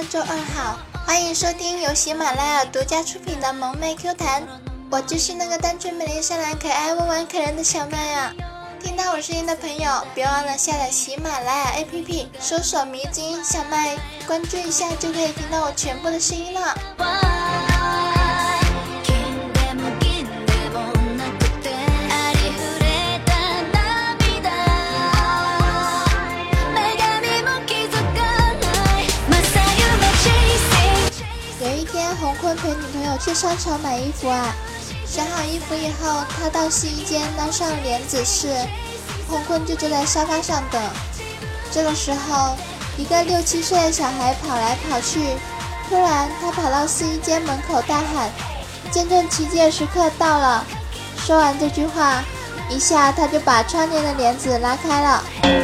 周2号，欢迎收听由喜马拉雅独家出品的萌妹 Q 弹，我就是那个单纯美丽善良可爱温婉可人的小麦啊！听到我声音的朋友，别忘了下载喜马拉雅 APP， 搜索迷津小麦，关注一下就可以听到我全部的声音了。有一天，洪坤陪女朋友去商场买衣服啊，选好衣服以后，他到试衣间拿上帘子试，洪坤就坐在沙发上等。这个时候，一个6、7岁的小孩跑来跑去，突然他跑到试衣间门口大喊：“见证奇迹的时刻到了！”说完这句话，一下他就把窗帘的帘子拉开了。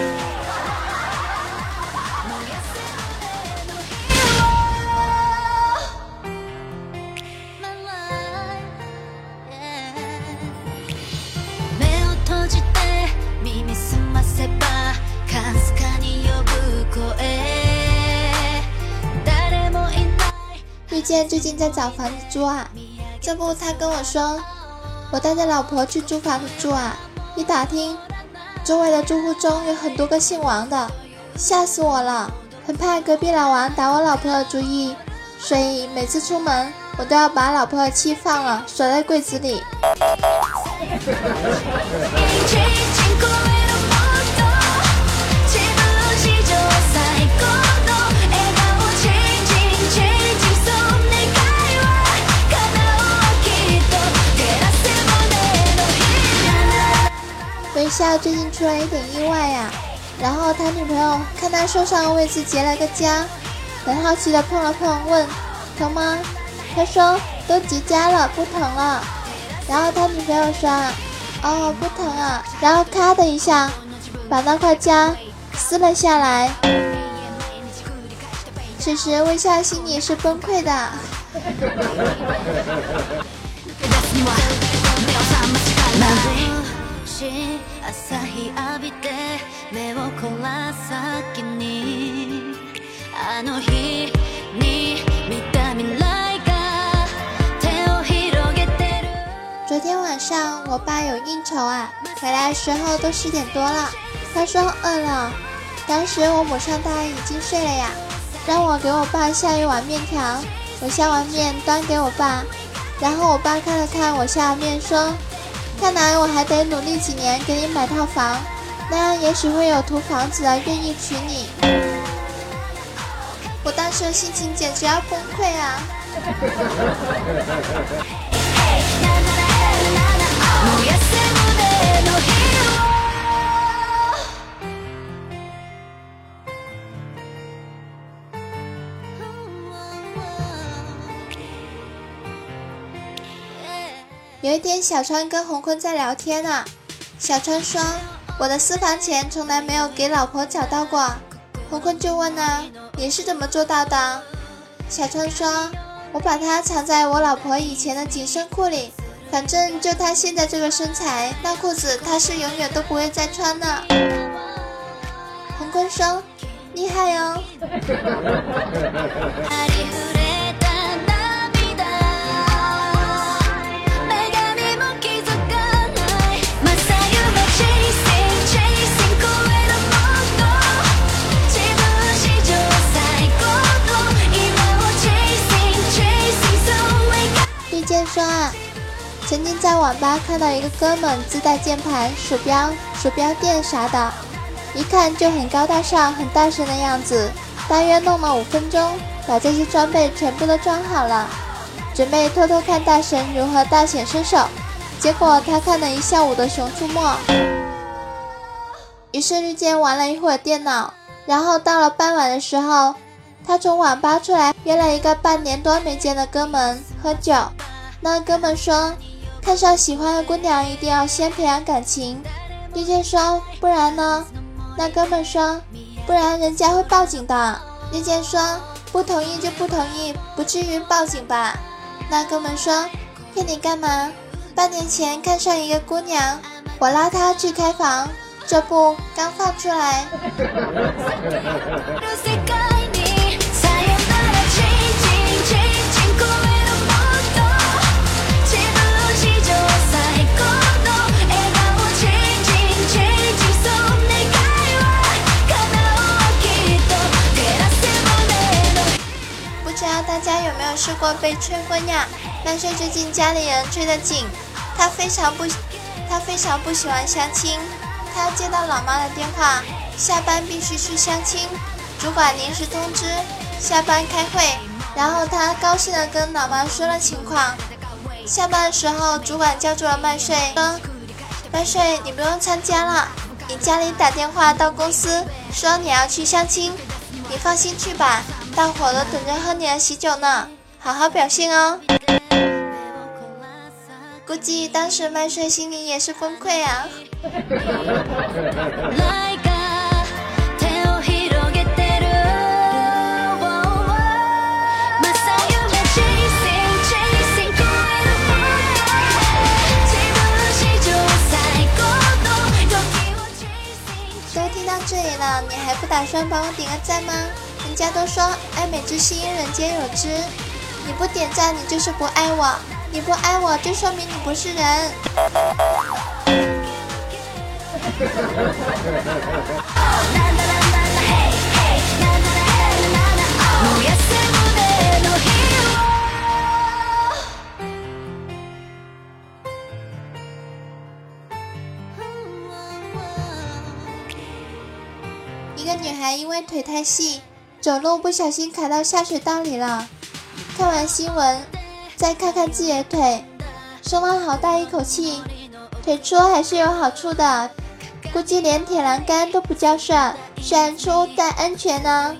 遇见最近在找房子租啊，这不他跟我说，我带着老婆去租房子住啊。一打听，周围的住户中有很多个姓王的，吓死我了，很怕隔壁老王打我老婆的主意，所以每次出门我都要把老婆的气放了，锁在柜子里。微笑最近出了一点意外呀，然后他女朋友看他受伤的位置结了个痂，很好奇的碰了碰，问疼吗？他说都结痂了，不疼了。然后他女朋友说哦不疼啊，然后咔的一下把那块痂撕了下来。此时微笑心里是崩溃的。昨天晚上我爸有应酬啊，回来的时候都10点多了，他说饿了。当时我母上大人已经睡了呀，让我给我爸下一碗面条，我下完面端给我爸，然后我爸看了看我下的面说，看来我还得努力几年给你买套房，那样也许会有图房子的愿意娶你。我当时的心情简直要崩溃啊。有一天小川跟洪坤在聊天啊，小川说我的私房钱从来没有给老婆找到过，洪坤就问你是怎么做到的？小川说我把它藏在我老婆以前的紧身裤里，反正就她现在这个身材，那裤子她是永远都不会再穿的。洪坤说厉害哦。说曾经在网吧看到一个哥们自带键盘、鼠标垫啥的，一看就很高大上、很大神的样子，大约弄了5分钟，把这些装备全部都装好了，准备偷偷看大神如何大显身手。结果他看了一下午的《熊出没》，于是日间玩了一会儿电脑，然后到了傍晚的时候，他从网吧出来，约了一个半年多没见的哥们喝酒。那哥们说看上喜欢的姑娘一定要先培养感情。绿箭说不然呢？那哥们说不然人家会报警的。绿箭说不同意就不同意，不至于报警吧。那哥们说骗你干嘛？半年前看上一个姑娘，我拉她去开房，这不刚放出来。 知道大家有没有试过被催婚呀？麦穗最近家里人催得紧，他非常不喜欢相亲，他接到老妈的电话，下班必须去相亲，主管临时通知下班开会，然后他高兴地跟老妈说了情况。下班的时候，主管叫住了麦穗，说：“麦穗，你不用参加了，你家里打电话到公司说你要去相亲，你放心去吧，大伙都等着喝你的喜酒呢，好好表现哦。”估计当时麦穗心里也是崩溃啊。都听到这里了，你还不打算帮我点个赞吗？人家都说爱美之心，人皆有之，你不点赞，你就是不爱我。你不爱我，就说明你不是人。一个女孩因为腿太细，走路不小心卡到下水道里了。看完新闻，再看看自己的腿，松了好大一口气。腿粗还是有好处的，估计连铁栏杆都不叫帅，虽然粗但安全呢。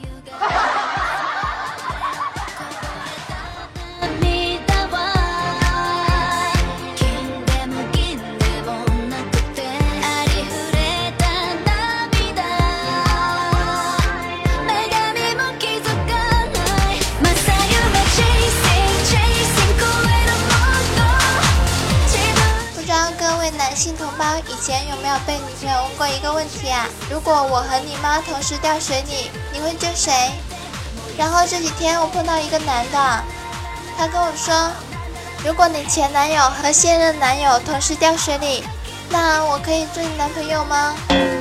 男性同胞以前有没有被女朋友问过一个问题啊？如果我和你妈同时掉水里，你会救谁？然后这几天我碰到一个男的，他跟我说，如果你前男友和现任男友同时掉水里，那我可以做你男朋友吗？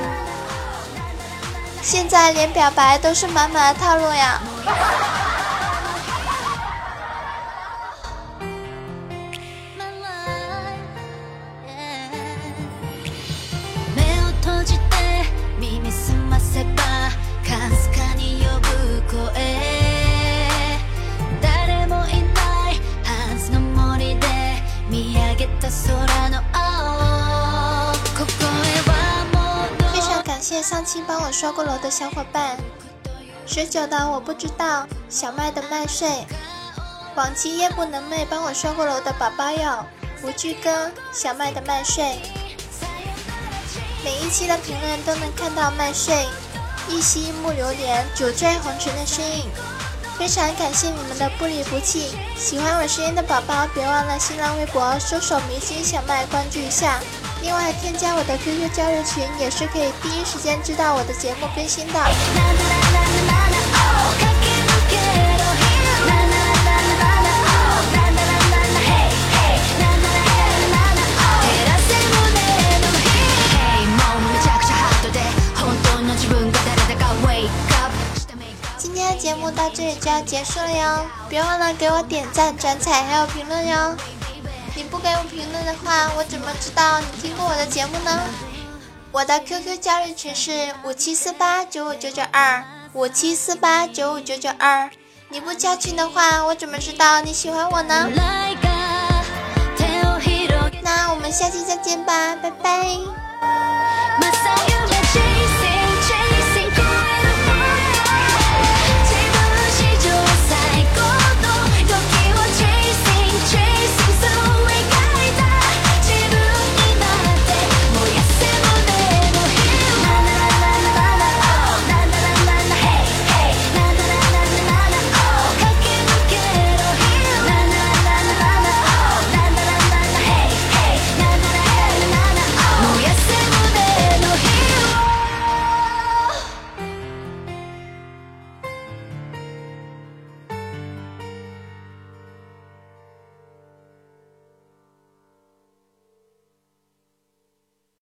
现在连表白都是满满的套路呀。非常感谢上期帮我刷过楼的小伙伴，19的我不知道，小麦的麦穗，往期夜不能寐帮我刷过楼的宝宝有无惧哥、小麦的麦穗。每一期的评论都能看到麦穗、一夕木榴莲、酒醉红唇的身影，非常感谢你们的不离不弃。喜欢我声音的宝宝，别忘了新浪微博搜索明星小麦关注一下。另外添加我的 QQ 交流群，也是可以第一时间知道我的节目更新的。今天的节目到这里就要结束了哟，别忘了给我点赞、转采还有评论哟。你不给我评论的话，我怎么知道你听过我的节目呢？我的 QQ 交流群是5748959925，5748959992。你不加群的话，我怎么知道你喜欢我呢？那我们下期再见吧，拜拜。